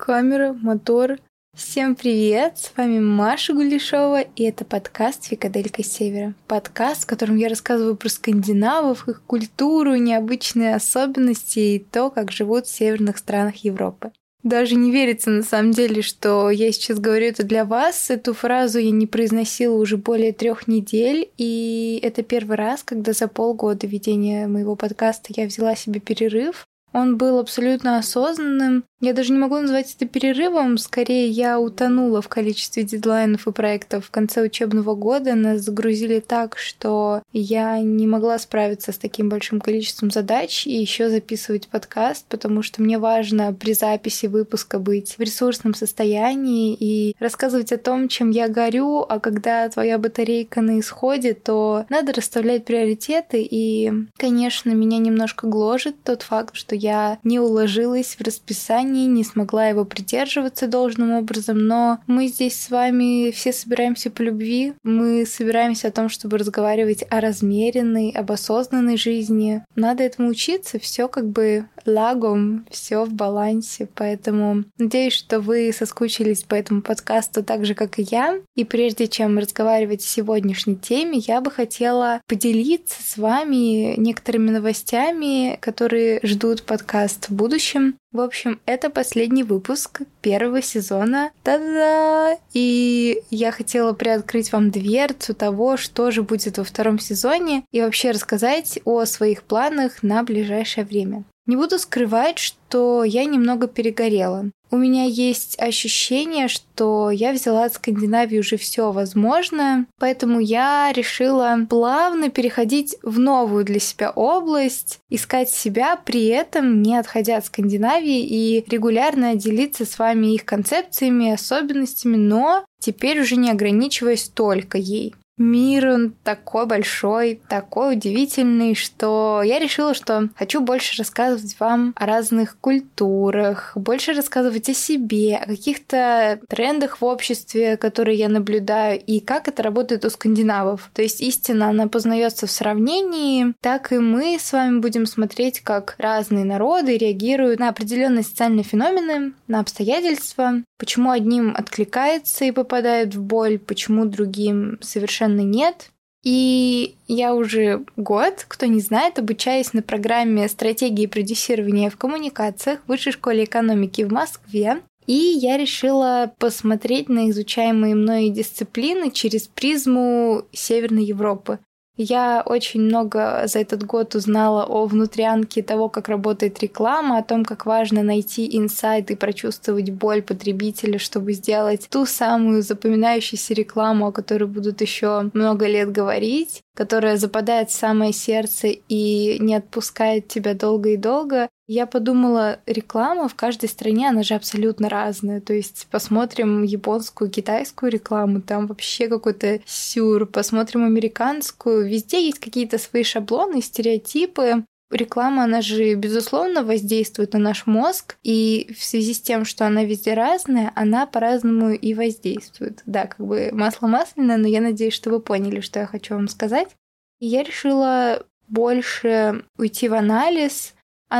Камера, мотор. Всем привет! С вами Маша Гулешова, и это подкаст «Фрикаделька Севера». Подкаст, в котором я рассказываю про скандинавов, их культуру, необычные особенности и то, как живут в северных странах Европы. Даже не верится на самом деле, что я сейчас говорю это для вас. Эту фразу я не произносила уже более 3 недель, и это первый раз, когда за полгода ведения моего подкаста я взяла себе перерыв. Он был абсолютно осознанным. Я даже не могу назвать это перерывом, скорее я утонула в количестве дедлайнов и проектов. В конце учебного года нас загрузили так, что я не могла справиться с таким большим количеством задач и еще записывать подкаст, потому что мне важно при записи выпуска быть в ресурсном состоянии и рассказывать о том, чем я горю, а когда твоя батарейка на исходе, то надо расставлять приоритеты, и, конечно, меня немножко гложет тот факт, что я не уложилась в расписание, не смогла его придерживаться должным образом, но мы здесь с вами все собираемся по любви, мы собираемся о том, чтобы разговаривать о размеренной, об осознанной жизни. Надо этому учиться, все как бы лагом, все в балансе, поэтому надеюсь, что вы соскучились по этому подкасту так же, как и я. И прежде чем разговаривать о сегодняшней теме, я бы хотела поделиться с вами некоторыми новостями, которые ждут подкаст в будущем. В общем, это последний выпуск первого сезона. Та-да! И я хотела приоткрыть вам дверцу того, что же будет во втором сезоне, и вообще рассказать о своих планах на ближайшее время. Не буду скрывать, что я немного перегорела. У меня есть ощущение, что я взяла от Скандинавии уже все возможное, поэтому я решила плавно переходить в новую для себя область, искать себя, при этом не отходя от Скандинавии и регулярно делиться с вами их концепциями, особенностями, но теперь уже не ограничиваясь только ей. Мир, он такой большой, такой удивительный, что я решила, что хочу больше рассказывать вам о разных культурах, больше рассказывать о себе, о каких-то трендах в обществе, которые я наблюдаю, и как это работает у скандинавов. То есть истина, она познается в сравнении, так и мы с вами будем смотреть, как разные народы реагируют на определенные социальные феномены, на обстоятельства, почему одним откликается и попадает в боль, почему другим совершенно нет. И я уже год, кто не знает, обучаюсь на программе «Стратегии продюсирования в коммуникациях» в Высшей школе экономики в Москве. И я решила посмотреть на изучаемые мной дисциплины через призму Северной Европы. Я очень много за этот год узнала о внутрянке того, как работает реклама, о том, как важно найти инсайт и прочувствовать боль потребителя, чтобы сделать ту самую запоминающуюся рекламу, о которой будут еще много лет говорить, которая западает в самое сердце и не отпускает тебя долго и долго. Я подумала, реклама в каждой стране, она же абсолютно разная. То есть посмотрим японскую, китайскую рекламу, там вообще какой-то сюр. Посмотрим американскую, везде есть какие-то свои шаблоны, стереотипы. Реклама, она же, безусловно, воздействует на наш мозг, и в связи с тем, что она везде разная, она по-разному и воздействует. Да, как бы масло масляное, но я надеюсь, что вы поняли, что я хочу вам сказать. И я решила больше уйти в анализ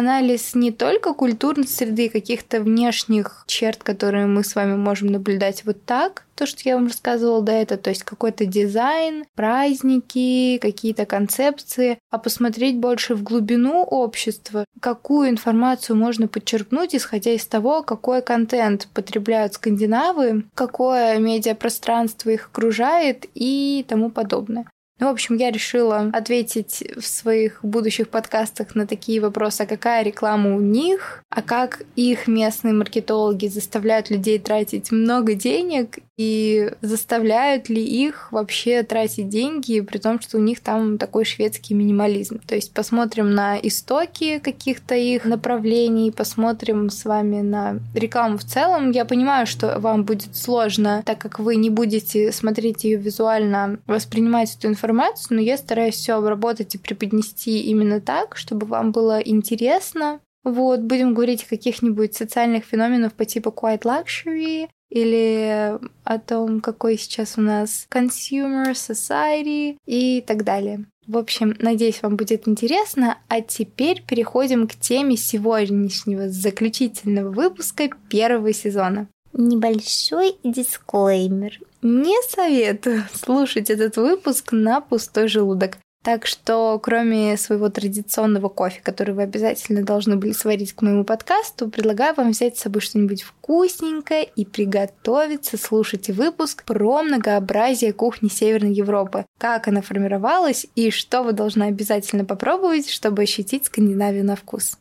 не только культурной среды, каких-то внешних черт, которые мы с вами можем наблюдать вот так, то, что я вам рассказывала до этого, то есть какой-то дизайн, праздники, какие-то концепции, а посмотреть больше в глубину общества, какую информацию можно подчеркнуть, исходя из того, какой контент потребляют скандинавы, какое медиапространство их окружает и тому подобное. Ну, в общем, я решила ответить в своих будущих подкастах на такие вопросы, а какая реклама у них, а как их местные маркетологи заставляют людей тратить много денег и заставляют ли их вообще тратить деньги, при том, что у них там такой шведский минимализм. То есть посмотрим на истоки каких-то их направлений, посмотрим с вами на рекламу в целом. Я понимаю, что вам будет сложно, так как вы не будете смотреть ее визуально, воспринимать эту информацию, но я стараюсь все обработать и преподнести именно так, чтобы вам было интересно. Вот, будем говорить о каких-нибудь социальных феноменах по типу Quiet Luxury, или о том, какой сейчас у нас consumer society и так далее. В общем, надеюсь, вам будет интересно. А теперь переходим к теме сегодняшнего заключительного выпуска первого сезона. Небольшой дисклеймер. Не советую слушать этот выпуск на пустой желудок. Так что, кроме своего традиционного кофе, который вы обязательно должны были сварить к моему подкасту, предлагаю вам взять с собой что-нибудь вкусненькое и приготовиться слушать выпуск про многообразие кухни Северной Европы, как она формировалась и что вы должны обязательно попробовать, чтобы ощутить Скандинавию на вкус.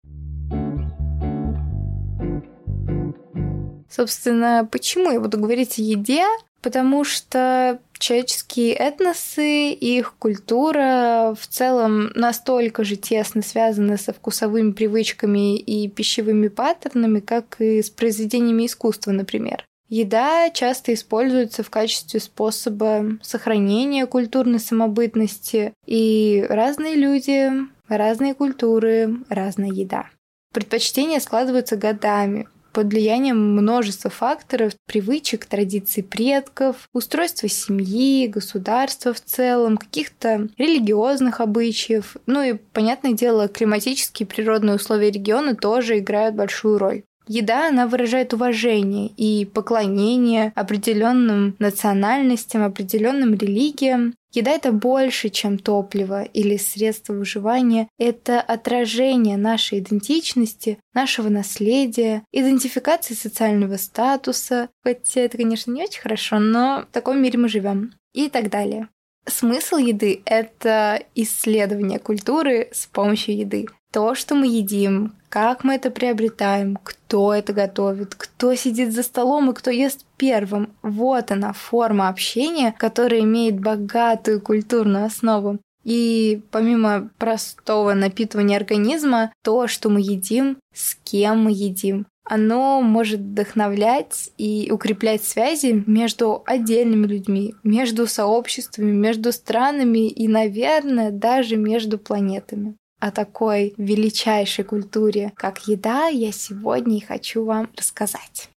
Собственно, почему я буду говорить о еде? Потому что человеческие этносы, их культура в целом настолько же тесно связаны со вкусовыми привычками и пищевыми паттернами, как и с произведениями искусства, например. Еда часто используется в качестве способа сохранения культурной самобытности, и разные люди, разные культуры, разная еда. Предпочтения складываются годами, под влиянием множества факторов, привычек, традиций предков, устройства семьи, государства в целом, каких-то религиозных обычаев. Ну и, понятное дело, климатические и природные условия региона тоже играют большую роль. Еда, она выражает уважение и поклонение определенным национальностям, определенным религиям. Еда — это больше, чем топливо или средство выживания. Это отражение нашей идентичности, нашего наследия, идентификации социального статуса. Хотя это, конечно, не очень хорошо, но в таком мире мы живем. И так далее. Смысл еды — это исследование культуры с помощью еды. То, что мы едим, как мы это приобретаем, кто это готовит, кто сидит за столом и кто ест первым. Вот она, форма общения, которая имеет богатую культурную основу. И помимо простого напитывания организма, то, что мы едим, с кем мы едим, оно может вдохновлять и укреплять связи между отдельными людьми, между сообществами, между странами и, наверное, даже между планетами. О такой величайшей культуре, как еда, я сегодня и хочу вам рассказать.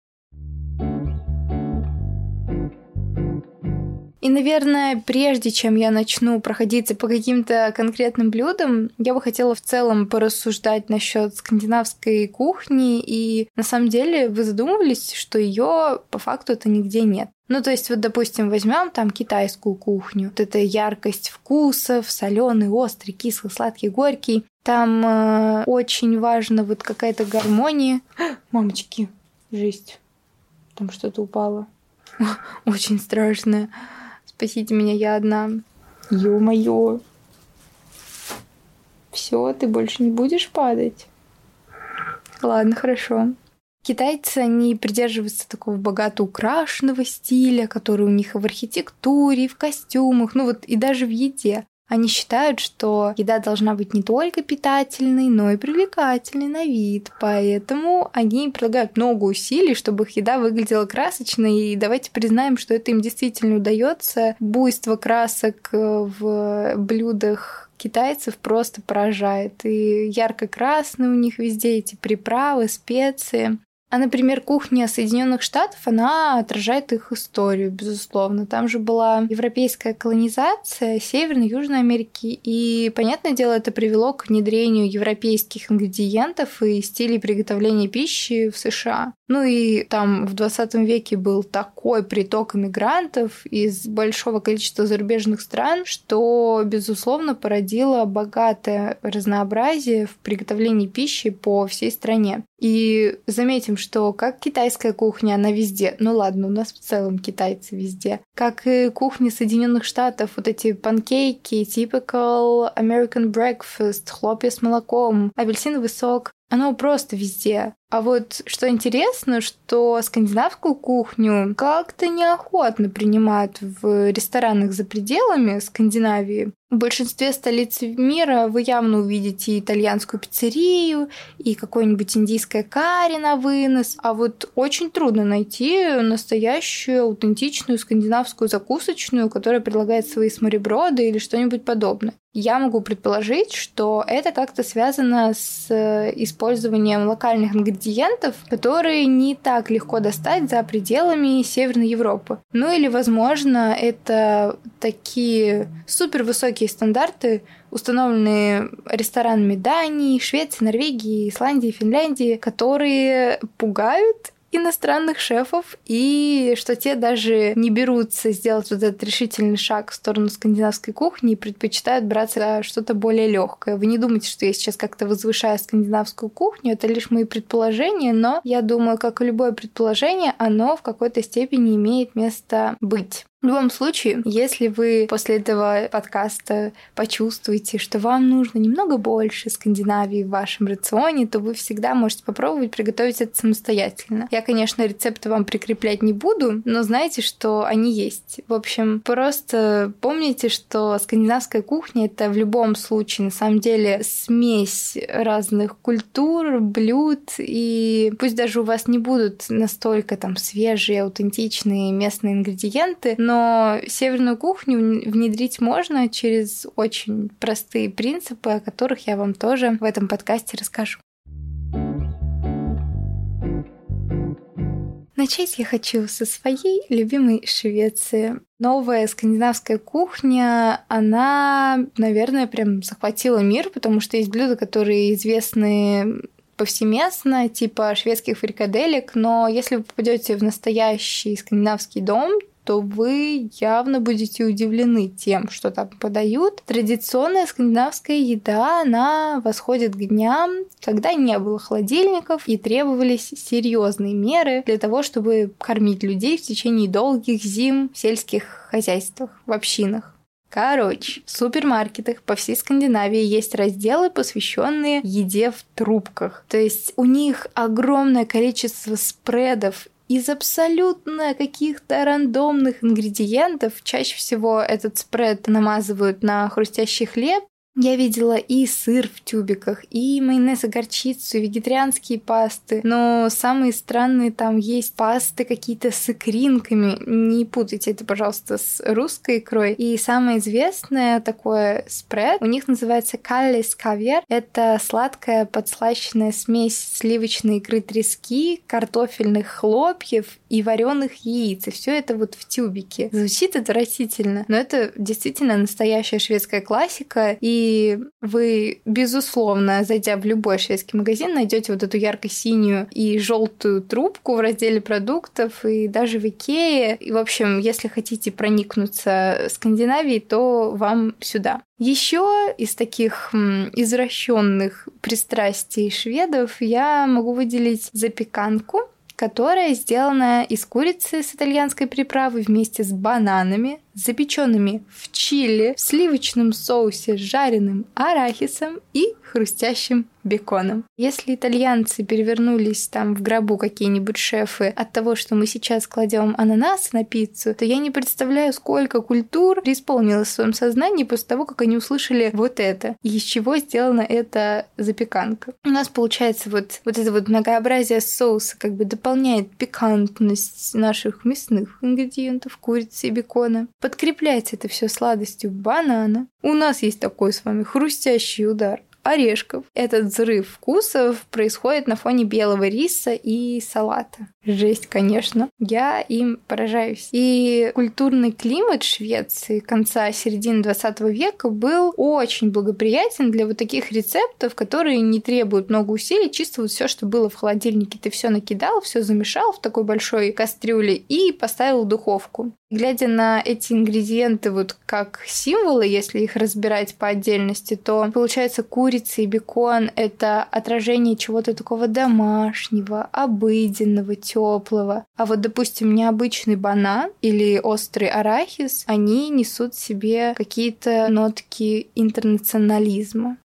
И, наверное, прежде чем я начну проходиться по каким-то конкретным блюдам, я бы хотела в целом порассуждать насчет скандинавской кухни. И на самом деле вы задумывались, что ее по факту это нигде нет. Ну, то есть, вот, допустим, возьмем там китайскую кухню. Вот эта яркость вкусов, соленый, острый, кислый, сладкий, горький. Там очень важна вот какая-то гармония. Мамочки, жесть. Там что-то упало. Очень страшное. Спасите меня, я одна. Ё-моё. Всё, ты больше не будешь падать? Ладно, хорошо. Китайцы, они придерживаются такого богато украшенного стиля, который у них и в архитектуре, и в костюмах, ну вот и даже в еде. Они считают, что еда должна быть не только питательной, но и привлекательной на вид. Поэтому они прилагают много усилий, чтобы их еда выглядела красочно. И давайте признаем, что это им действительно удается. Буйство красок в блюдах китайцев просто поражает. И ярко-красные у них везде эти приправы, специи. А, например, кухня Соединенных Штатов, она отражает их историю, безусловно. Там же была европейская колонизация Северной и Южной Америки, и, понятное дело, это привело к внедрению европейских ингредиентов и стилей приготовления пищи в США. Ну и там в 20 веке был такой приток иммигрантов из большого количества зарубежных стран, что, безусловно, породило богатое разнообразие в приготовлении пищи по всей стране. И заметим, что как китайская кухня, она везде. Ну ладно, у нас в целом китайцы везде. Как и кухня Соединенных Штатов, вот эти панкейки, typical American breakfast, хлопья с молоком, апельсиновый сок. Оно просто везде. А вот что интересно, что скандинавскую кухню как-то неохотно принимают в ресторанах за пределами Скандинавии. В большинстве столиц мира вы явно увидите и итальянскую пиццерию, и какое-нибудь индийское карри на вынос. А вот очень трудно найти настоящую, аутентичную скандинавскую закусочную, которая предлагает свои смореброды или что-нибудь подобное. Я могу предположить, что это как-то связано с использованием локальных ингредиентов, которые не так легко достать за пределами Северной Европы. Ну или, возможно, это такие супервысокие высокие стандарты, установленные ресторанами Дании, Швеции, Норвегии, Исландии, Финляндии, которые пугают иностранных шефов, и что те даже не берутся сделать вот этот решительный шаг в сторону скандинавской кухни и предпочитают браться за что-то более легкое. Вы не думайте, что я сейчас как-то возвышаю скандинавскую кухню, это лишь мои предположения, но я думаю, как и любое предположение, оно в какой-то степени имеет место быть. В любом случае, если вы после этого подкаста почувствуете, что вам нужно немного больше Скандинавии в вашем рационе, то вы всегда можете попробовать приготовить это самостоятельно. Я, конечно, рецепты вам прикреплять не буду, но знайте, что они есть. В общем, просто помните, что скандинавская кухня — это в любом случае, на самом деле, смесь разных культур, блюд, и пусть даже у вас не будут настолько там свежие, аутентичные местные ингредиенты, но северную кухню внедрить можно через очень простые принципы, о которых я вам тоже в этом подкасте расскажу. Начать я хочу со своей любимой Швеции. Новая скандинавская кухня, она, наверное, прям захватила мир, потому что есть блюда, которые известны повсеместно, типа шведских фрикаделек, но если вы попадете в настоящий скандинавский дом, то вы явно будете удивлены тем, что там подают. Традиционная скандинавская еда, она восходит к дням, когда не было холодильников и требовались серьезные меры для того, чтобы кормить людей в течение долгих зим в сельских хозяйствах, в общинах. Короче, в супермаркетах по всей Скандинавии есть разделы, посвященные еде в трубках. То есть у них огромное количество спредов из абсолютно каких-то рандомных ингредиентов. Чаще всего этот спред намазывают на хрустящий хлеб. Я видела и сыр в тюбиках, и майонез и горчицу, и вегетарианские пасты. Но самые странные там есть пасты какие-то с икринками. Не путайте это, пожалуйста, с русской икрой. И самое известное такое спред у них называется каллис кавер. Это сладкая подслащенная смесь сливочной икры трески, картофельных хлопьев и вареных яиц. И все это вот в тюбике. Звучит отвратительно, но это действительно настоящая шведская классика. И вы, безусловно, зайдя в любой шведский магазин, найдете вот эту ярко-синюю и желтую трубку в разделе продуктов, и даже в Икее. И, в общем, если хотите проникнуться Скандинавией, то вам сюда. Еще из таких извращенных пристрастий шведов я могу выделить запеканку, которая сделана из курицы с итальянской приправой вместе с бананами, запеченными в чили, в сливочном соусе с жареным арахисом и хрустящим беконом. Если итальянцы перевернулись там в гробу какие-нибудь шефы от того, что мы сейчас кладем ананас на пиццу, то я не представляю, сколько культур преисполнилось в своем сознании после того, как они услышали вот это. И из чего сделана эта запеканка. У нас получается вот это вот многообразие соуса как бы дополняет пикантность наших мясных ингредиентов, курицы и бекона. Подкрепляется это все сладостью банана. У нас есть такой с вами хрустящий удар орешков. Этот взрыв вкусов происходит на фоне белого риса и салата. Жесть, конечно. Я им поражаюсь. И культурный климат Швеции конца-середины 20 века был очень благоприятен для вот таких рецептов, которые не требуют много усилий. Чисто вот все, что было в холодильнике, ты все накидал, все замешал в такой большой кастрюле и поставил в духовку. Глядя на эти ингредиенты вот как символы, если их разбирать по отдельности, то получается курица и бекон — это отражение чего-то такого домашнего, обыденного, теплого. А вот, допустим, необычный банан или острый арахис, они несут в себе какие-то нотки интернационализма.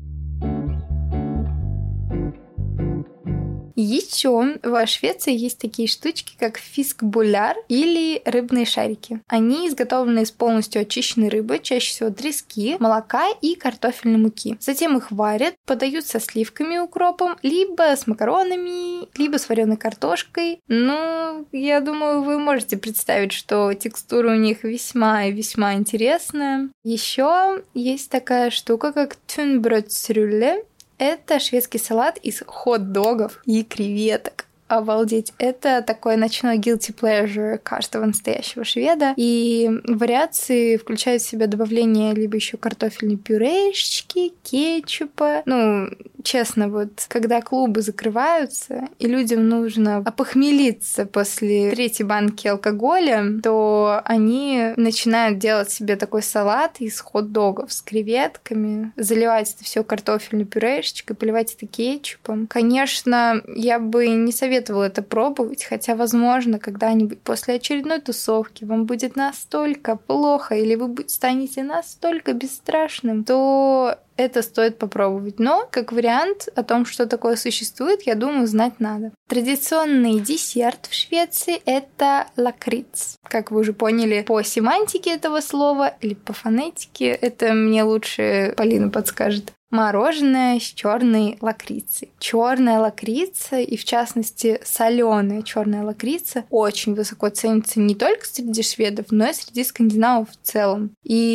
Еще в Швеции есть такие штучки, как фискбуляр или рыбные шарики. Они изготовлены из полностью очищенной рыбы, чаще всего трески, молока и картофельной муки. Затем их варят, подают со сливками и укропом, либо с макаронами, либо с вареной картошкой. Ну, я думаю, вы можете представить, что текстура у них весьма и весьма интересная. Еще есть такая штука, как тюнбрödsrulle. Это шведский салат из хот-догов и креветок. обалдеть. Это такой ночной guilty pleasure каждого настоящего шведа. И вариации включают в себя добавление либо еще картофельной пюрешечки, кетчупа. Ну, честно, вот когда клубы закрываются, и людям нужно опохмелиться после 3-й банки алкоголя, то они начинают делать себе такой салат из хот-догов с креветками, заливать это все картофельной пюрешечкой, поливать это кетчупом. Конечно, я бы не советовала это пробовать, хотя, возможно, когда-нибудь после очередной тусовки вам будет настолько плохо, или вы станете настолько бесстрашным, то это стоит попробовать. Но, как вариант о том, что такое существует, я думаю, знать надо. Традиционный десерт в Швеции — это лакриц. Как вы уже поняли по семантике этого слова или по фонетике, это мне лучше Полина подскажет. Мороженое с черной лакрицей. Черная лакрица, и в частности соленая черная лакрица, очень высоко ценится не только среди шведов, но и среди скандинавов в целом.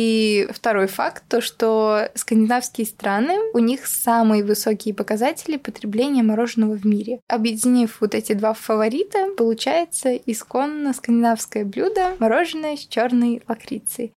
И второй факт, то что скандинавские страны, у них самые высокие показатели потребления мороженого в мире. Объединив вот эти два фаворита, получается исконно скандинавское блюдо — мороженое с черной лакрицей.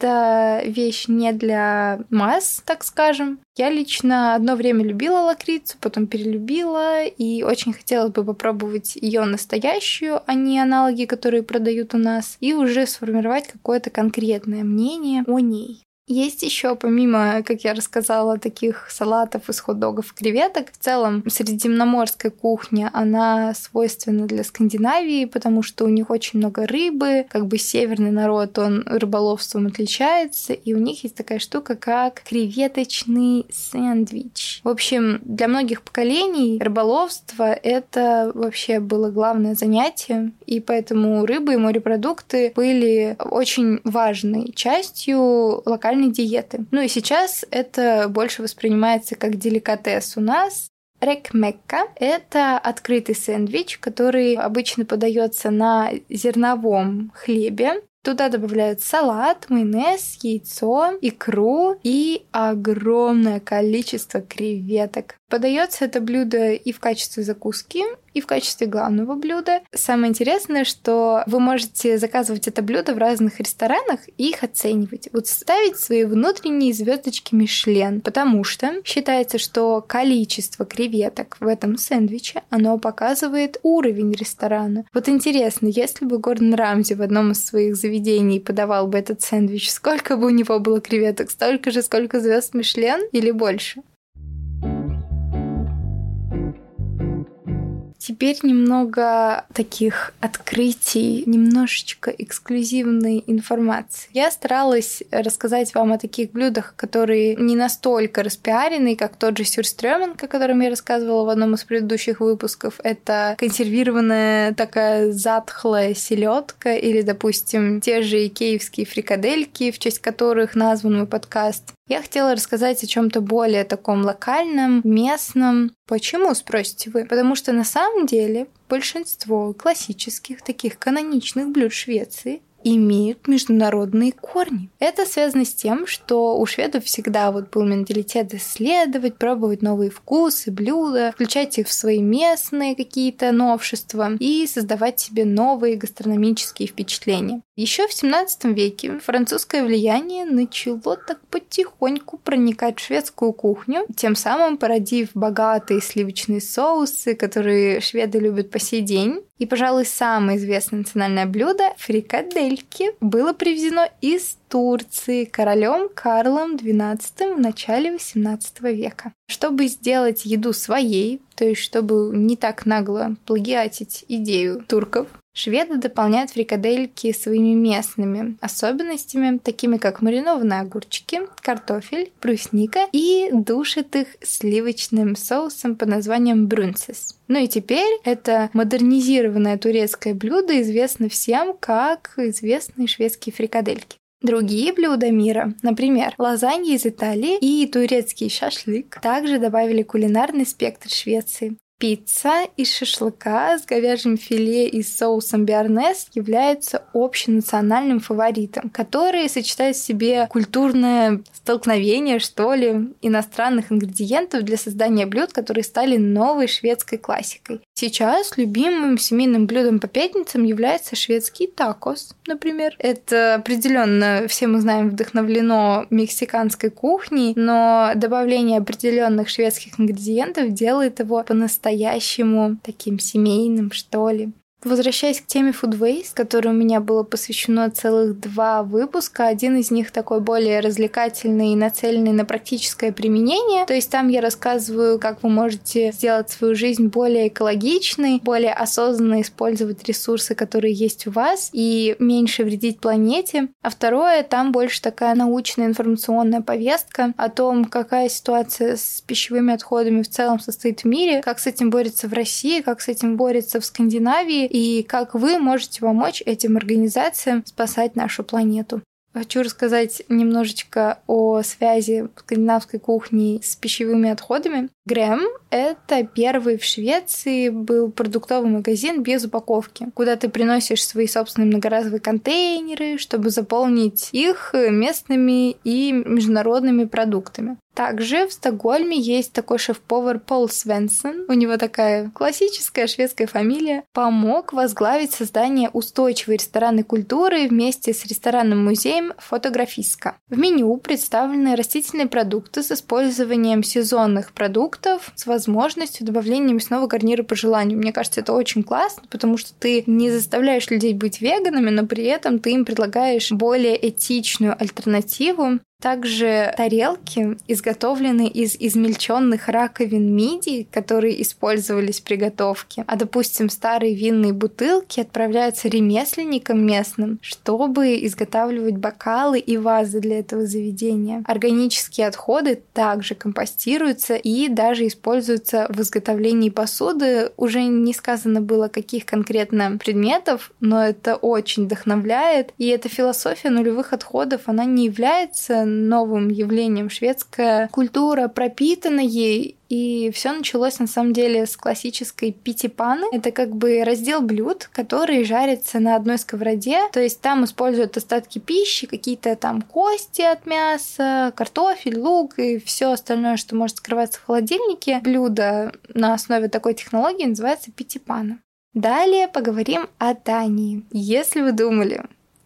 Это вещь не для масс, так скажем. Я лично одно время любила лакрицу, потом перелюбила, и очень хотелось бы попробовать ее настоящую, а не аналоги, которые продают у нас, и уже сформировать какое-то конкретное мнение о ней. Есть еще, помимо, как я рассказала, таких салатов из хот-догов и креветок, в целом средиземноморская кухня, она свойственна для Скандинавии, потому что у них очень много рыбы, как бы северный народ, он рыболовством отличается, и у них есть такая штука, как креветочный сэндвич. В общем, для многих поколений рыболовство — это вообще было главное занятие, и поэтому рыба и морепродукты были очень важной частью локальной диеты. Ну и сейчас это больше воспринимается как деликатес у нас. Рэкмекка — это открытый сэндвич, который обычно подается на зерновом хлебе. Туда добавляют салат, майонез, яйцо, икру и огромное количество креветок. Подается это блюдо и в качестве закуски, и в качестве главного блюда. Самое интересное, что вы можете заказывать это блюдо в разных ресторанах и их оценивать. Вот ставить свои внутренние звездочки Мишлен, потому что считается, что количество креветок в этом сэндвиче, оно показывает уровень ресторана. Вот интересно, если бы Гордон Рамзи в одном из своих заведений подавал бы этот сэндвич, сколько бы у него было креветок? Столько же, сколько звезд Мишлен или больше? Теперь немного таких открытий, немножечко эксклюзивной информации. Я старалась рассказать вам о таких блюдах, которые не настолько распиарены, как тот же сюрстрёминг, о котором я рассказывала в одном из предыдущих выпусков. Это консервированная такая затхлая селедка или, допустим, те же икеевские фрикадельки, в честь которых назван мой подкаст. Я хотела рассказать о чем-то более таком локальном, местном. Почему, спросите вы? Потому что на самом деле большинство классических таких каноничных блюд Швеции имеют международные корни. Это связано с тем, что у шведов всегда вот был менталитет исследовать, пробовать новые вкусы, блюда, включать их в свои местные какие-то новшества и создавать себе новые гастрономические впечатления. Еще в 17 веке французское влияние начало так потихоньку проникать в шведскую кухню, тем самым породив богатые сливочные соусы, которые шведы любят по сей день. И, пожалуй, самое известное национальное блюдо — фрикадельки было привезено из Турции королем Карлом XII в начале XVIII века. Чтобы сделать еду своей, то есть чтобы не так нагло плагиатить идею турков, шведы дополняют фрикадельки своими местными особенностями, такими как маринованные огурчики, картофель, брусника, и душат их сливочным соусом под названием брунцес. Ну и теперь это модернизированное турецкое блюдо известно всем как известные шведские фрикадельки. Другие блюда мира, например, лазанья из Италии и турецкий шашлык, также добавили кулинарный спектр Швеции. Пицца из шашлыка с говяжьим филе и соусом биарнез является общенациональным фаворитом, который сочетает в себе культурное столкновение, что ли, иностранных ингредиентов для создания блюд, которые стали новой шведской классикой. Сейчас любимым семейным блюдом по пятницам является шведский такос, например. Это определенно, все мы знаем, вдохновлено мексиканской кухней, но добавление определенных шведских ингредиентов делает его по-настоящему таким семейным, что ли. Возвращаясь к теме Food Waste, которой у меня было посвящено целых 2 выпуска, один из них такой более развлекательный и нацеленный на практическое применение. То есть там я рассказываю, как вы можете сделать свою жизнь более экологичной, более осознанно использовать ресурсы, которые есть у вас, и меньше вредить планете. А второе, там больше такая научная информационная повестка о том, какая ситуация с пищевыми отходами в целом состоит в мире, как с этим борется в России, как с этим борется в Скандинавии, и как вы можете помочь этим организациям спасать нашу планету. Хочу рассказать немножечко о связи скандинавской кухни с пищевыми отходами. Грэм — это первый в Швеции был продуктовый магазин без упаковки, куда ты приносишь свои собственные многоразовые контейнеры, чтобы заполнить их местными и международными продуктами. Также в Стокгольме есть такой шеф-повар Пол Свенсон, у него такая классическая шведская фамилия, помог возглавить создание устойчивой ресторанной культуры вместе с ресторанным музеем Фотографиска. В меню представлены растительные продукты с использованием сезонных продуктов с возможностью добавления мясного гарнира по желанию. Мне кажется, это очень классно, потому что ты не заставляешь людей быть веганами, но при этом ты им предлагаешь более этичную альтернативу. Также тарелки изготовлены из измельченных раковин мидий, которые использовались при готовке. А, допустим, старые винные бутылки отправляются ремесленникам местным, чтобы изготавливать бокалы и вазы для этого заведения. Органические отходы также компостируются и даже используются в изготовлении посуды. Уже не сказано было, каких конкретно предметов, но это очень вдохновляет. И эта философия нулевых отходов, она не является новым явлением. Шведская культура пропитана ей, и все началось на самом деле с классической питипаны. Это как бы раздел блюд, которые жарятся на одной сковороде, то есть там используют остатки пищи, какие-то там кости от мяса, картофель, лук и все остальное, что может скрываться в холодильнике. Блюдо на основе такой технологии называется питипана. Далее поговорим о Дании. Если вы думали,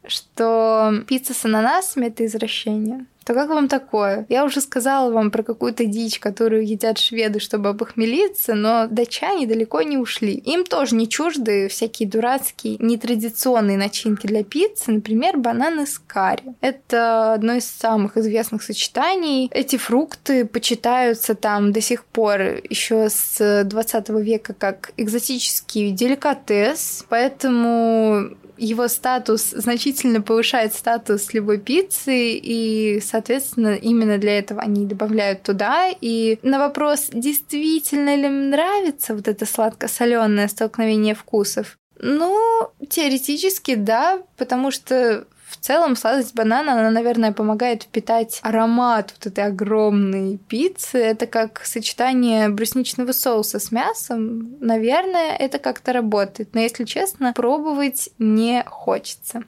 что пицца с ананасами — это извращение, то как вам такое? Я уже сказала вам про какую-то дичь, которую едят шведы, чтобы опохмелиться, но датчане далеко не ушли. Им тоже не чужды всякие дурацкие, нетрадиционные начинки для пиццы, например, бананы с карри. Это одно из самых известных сочетаний. Эти фрукты почитаются там до сих пор еще с 20 века как экзотический деликатес, поэтому его статус значительно повышает статус любой пиццы, и, соответственно, именно для этого они добавляют туда. И на вопрос, действительно ли им нравится вот это сладко-солёное столкновение вкусов, ну, теоретически да, потому что в целом сладость банана, она, наверное, помогает впитать аромат вот этой огромной пиццы. Это как сочетание брусничного соуса с мясом. Наверное, это как-то работает. Но, если честно, пробовать не хочется.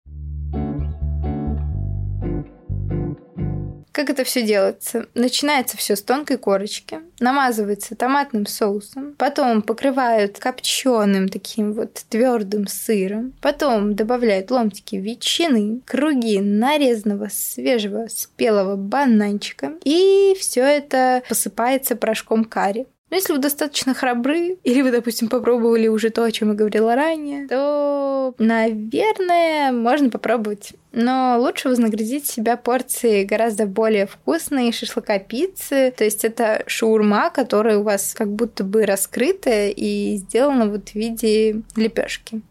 Как это все делается? Начинается все с тонкой корочки, намазывается томатным соусом, потом покрывают копченым таким вот твердым сыром, потом добавляют ломтики ветчины, круги нарезанного свежего спелого бананчика, и все это посыпается порошком карри. Но если вы достаточно храбры, или вы, допустим, попробовали уже то, о чем я говорила ранее, то, наверное, можно попробовать. Но лучше вознаградить себя порцией гораздо более вкусной шашлыка пиццы. То есть это шаурма, которая у вас как будто бы раскрытая и сделана вот в виде лепешки.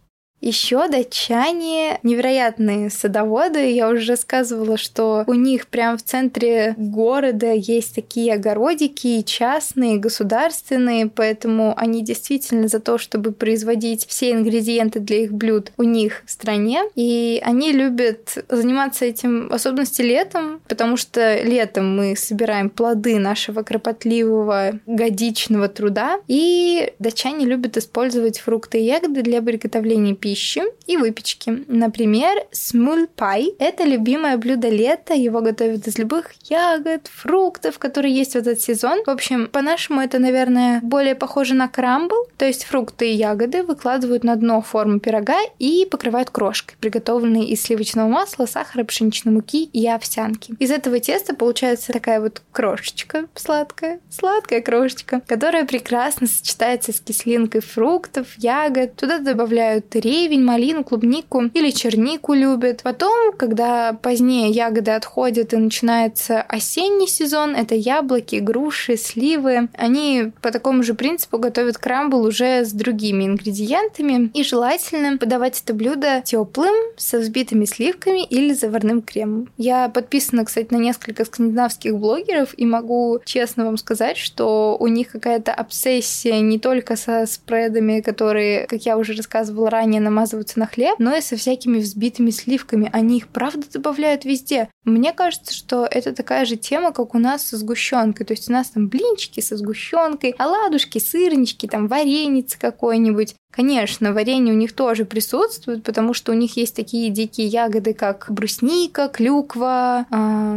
Еще датчане невероятные садоводы. Я уже рассказывала, что у них прямо в центре города есть такие огородики, частные, государственные, поэтому они действительно за то, чтобы производить все ингредиенты для их блюд у них в стране. И они любят заниматься этим, в особенности летом, потому что летом мы собираем плоды нашего кропотливого годичного труда. И датчане любят использовать фрукты и ягоды для приготовления пищи и выпечки. Например, смуль-пай — это любимое блюдо лета. Его готовят из любых ягод, фруктов, которые есть в этот сезон. В общем, по-нашему это, наверное, более похоже на крамбл, то есть фрукты и ягоды выкладывают на дно форму пирога и покрывают крошкой, приготовленной из сливочного масла, сахара, пшеничной муки и овсянки. Из этого теста получается такая вот крошечка сладкая крошечка, которая прекрасно сочетается с кислинкой фруктов, ягод. Туда добавляют ревень, малину, клубнику или чернику любят. Потом, когда позднее ягоды отходят и начинается осенний сезон, это яблоки, груши, сливы. Они по такому же принципу готовят крамбл уже с другими ингредиентами. И желательно подавать это блюдо теплым, со взбитыми сливками или заварным кремом. Я подписана, кстати, на несколько скандинавских блогеров и могу честно вам сказать, что у них какая-то обсессия не только со спредами, которые, как я уже рассказывала ранее, намазываются на хлеб, но и со всякими взбитыми сливками. Они их, правда, добавляют везде. Мне кажется, что это такая же тема, как у нас со сгущенкой. То есть у нас там блинчики со сгущенкой, оладушки, сырнички, там вареница какой-нибудь. Конечно, варенье у них тоже присутствует, потому что у них есть такие дикие ягоды, как брусника, клюква.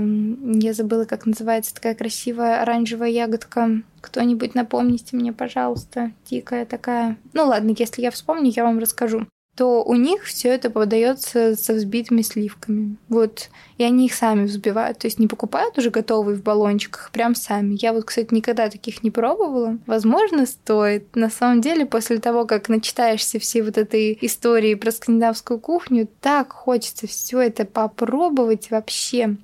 Я забыла, как называется такая красивая оранжевая ягодка. Кто-нибудь напомните мне, пожалуйста. Дикая такая. Ну ладно, если я вспомню, я вам расскажу. То у них все это подается со взбитыми сливками. Вот. И они их сами взбивают. То есть не покупают уже готовые в баллончиках, прям сами. Я вот, кстати, никогда таких не пробовала. Возможно, стоит. На самом деле, после того, как начитаешься всей вот этой истории про скандинавскую кухню, так хочется все это попробовать вообще.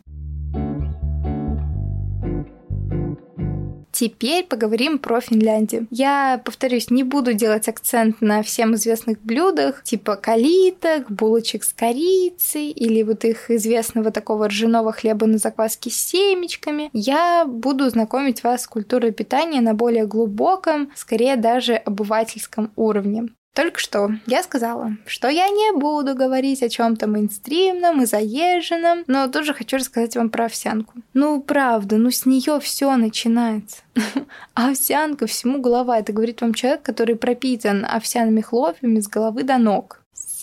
Теперь поговорим про Финляндию. Я, повторюсь, не буду делать акцент на всем известных блюдах, типа калиток, булочек с корицей или вот их известного такого ржаного хлеба на закваске с семечками. Я буду знакомить вас с культурой питания на более глубоком, скорее даже обывательском уровне. Только что я сказала, что я не буду говорить о чем-то мейнстримном и заезженном, но тоже хочу рассказать вам про овсянку. Ну, правда, с нее все начинается. А овсянка всему голова. Это говорит вам человек, который пропитан овсяными хлопьями с головы до ног.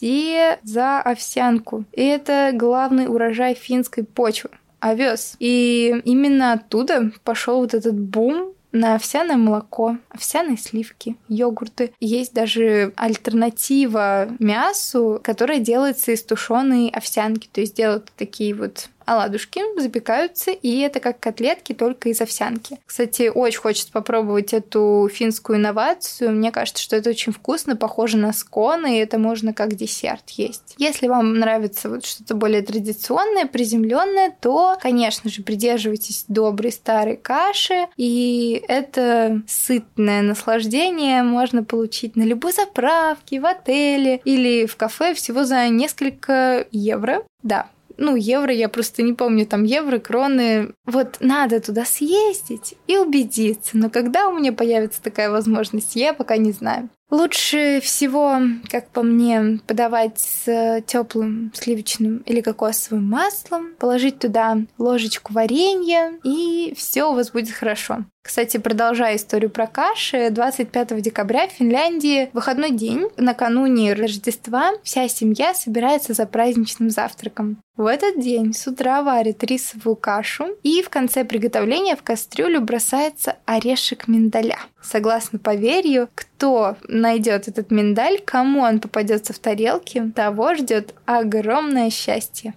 Все за овсянку. И это главный урожай финской почвы. Овес. И именно оттуда пошел вот этот бум на овсяное молоко, овсяные сливки, йогурты. Есть даже альтернатива мясу, которая делается из тушеной овсянки. То есть делают такие вот оладушки, запекаются, и это как котлетки, только из овсянки. Кстати, очень хочется попробовать эту финскую инновацию. Мне кажется, что это очень вкусно, похоже на сконы, и это можно как десерт есть. Если вам нравится вот что-то более традиционное, приземленное, то, конечно же, придерживайтесь доброй старой каши, и это сытное наслаждение можно получить на любой заправке, в отеле или в кафе всего за несколько евро. Да. Евро, я просто не помню, там евро, кроны. Вот надо туда съездить и убедиться. Но когда у меня появится такая возможность, я пока не знаю. Лучше всего, как по мне, подавать с теплым сливочным или кокосовым маслом, положить туда ложечку варенья, и все у вас будет хорошо. Кстати, продолжая историю про каши, 25 декабря в Финляндии выходной день, накануне Рождества, вся семья собирается за праздничным завтраком. В этот день с утра варят рисовую кашу, и в конце приготовления в кастрюлю бросается орешек миндаля. Согласно поверью, кто найдет этот миндаль, кому он попадется в тарелке, того ждет огромное счастье.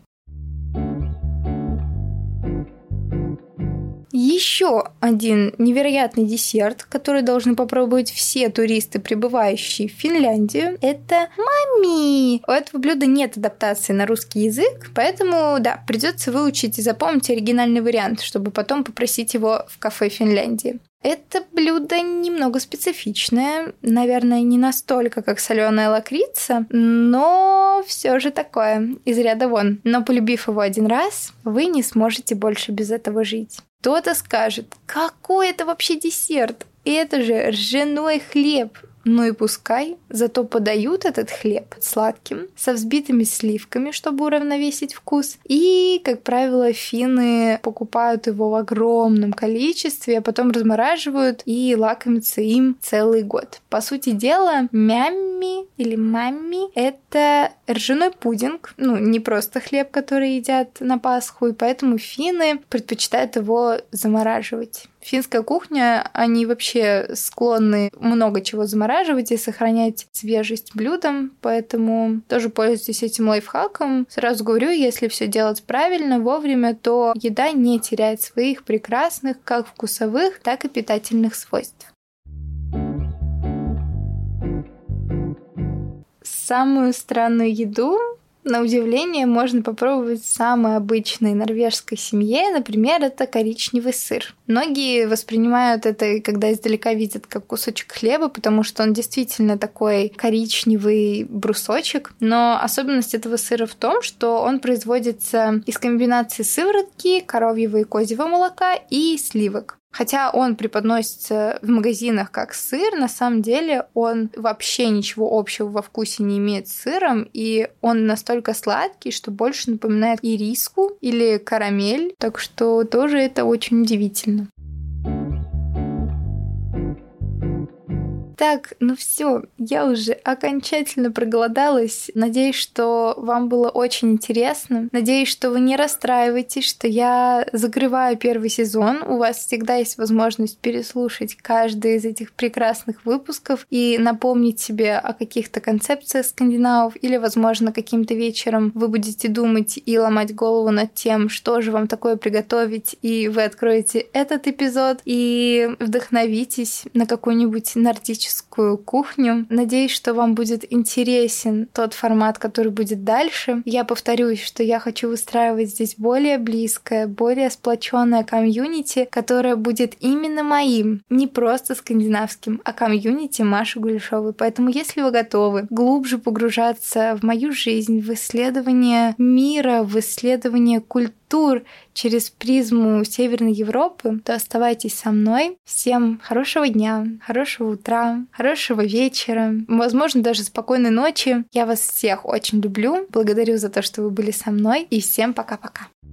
Еще один невероятный десерт, который должны попробовать все туристы, прибывающие в Финляндию, это мами. У этого блюда нет адаптации на русский язык, поэтому, придется выучить и запомнить оригинальный вариант, чтобы потом попросить его в кафе Финляндии. Это блюдо немного специфичное, наверное, не настолько, как соленая лакрица, но все же такое, из ряда вон. Но полюбив его один раз, вы не сможете больше без этого жить. Кто-то скажет, какой это вообще десерт? Это же ржаной хлеб. Ну и пускай, зато подают этот хлеб сладким, со взбитыми сливками, чтобы уравновесить вкус. И, как правило, финны покупают его в огромном количестве, а потом размораживают и лакомятся им целый год. По сути дела, мямми или мамми — это ржаной пудинг, не просто хлеб, который едят на Пасху, и поэтому финны предпочитают его замораживать. Финская кухня, они вообще склонны много чего замораживать и сохранять свежесть блюдам, поэтому тоже пользуйтесь этим лайфхаком. Сразу говорю, если все делать правильно, вовремя, то еда не теряет своих прекрасных как вкусовых, так и питательных свойств. Самую странную еду, на удивление, можно попробовать в самой обычной норвежской семье. Например, это коричневый сыр. Многие воспринимают это, когда издалека видят, как кусочек хлеба, потому что он действительно такой коричневый брусочек. Но особенность этого сыра в том, что он производится из комбинации сыворотки, коровьего и козьего молока и сливок. Хотя он преподносится в магазинах как сыр, на самом деле он вообще ничего общего во вкусе не имеет с сыром, и он настолько сладкий, что больше напоминает ириску или карамель, так что тоже это очень удивительно. Так, все, я уже окончательно проголодалась. Надеюсь, что вам было очень интересно. Надеюсь, что вы не расстраиваетесь, что я закрываю первый сезон. У вас всегда есть возможность переслушать каждый из этих прекрасных выпусков и напомнить себе о каких-то концепциях скандинавов, или, возможно, каким-то вечером вы будете думать и ломать голову над тем, что же вам такое приготовить, и вы откроете этот эпизод и вдохновитесь на какую-нибудь нордическую кухню. Надеюсь, что вам будет интересен тот формат, который будет дальше. Я повторюсь, что я хочу выстраивать здесь более близкое, более сплоченное комьюнити, которое будет именно моим, не просто скандинавским, а комьюнити Маши Гулешовой. Поэтому, если вы готовы глубже погружаться в мою жизнь, в исследование мира, в исследование культур через призму Северной Европы, то оставайтесь со мной. Всем хорошего дня, хорошего утра, хорошего вечера, возможно, даже спокойной ночи. Я вас всех очень люблю. Благодарю за то, что вы были со мной. И всем пока-пока.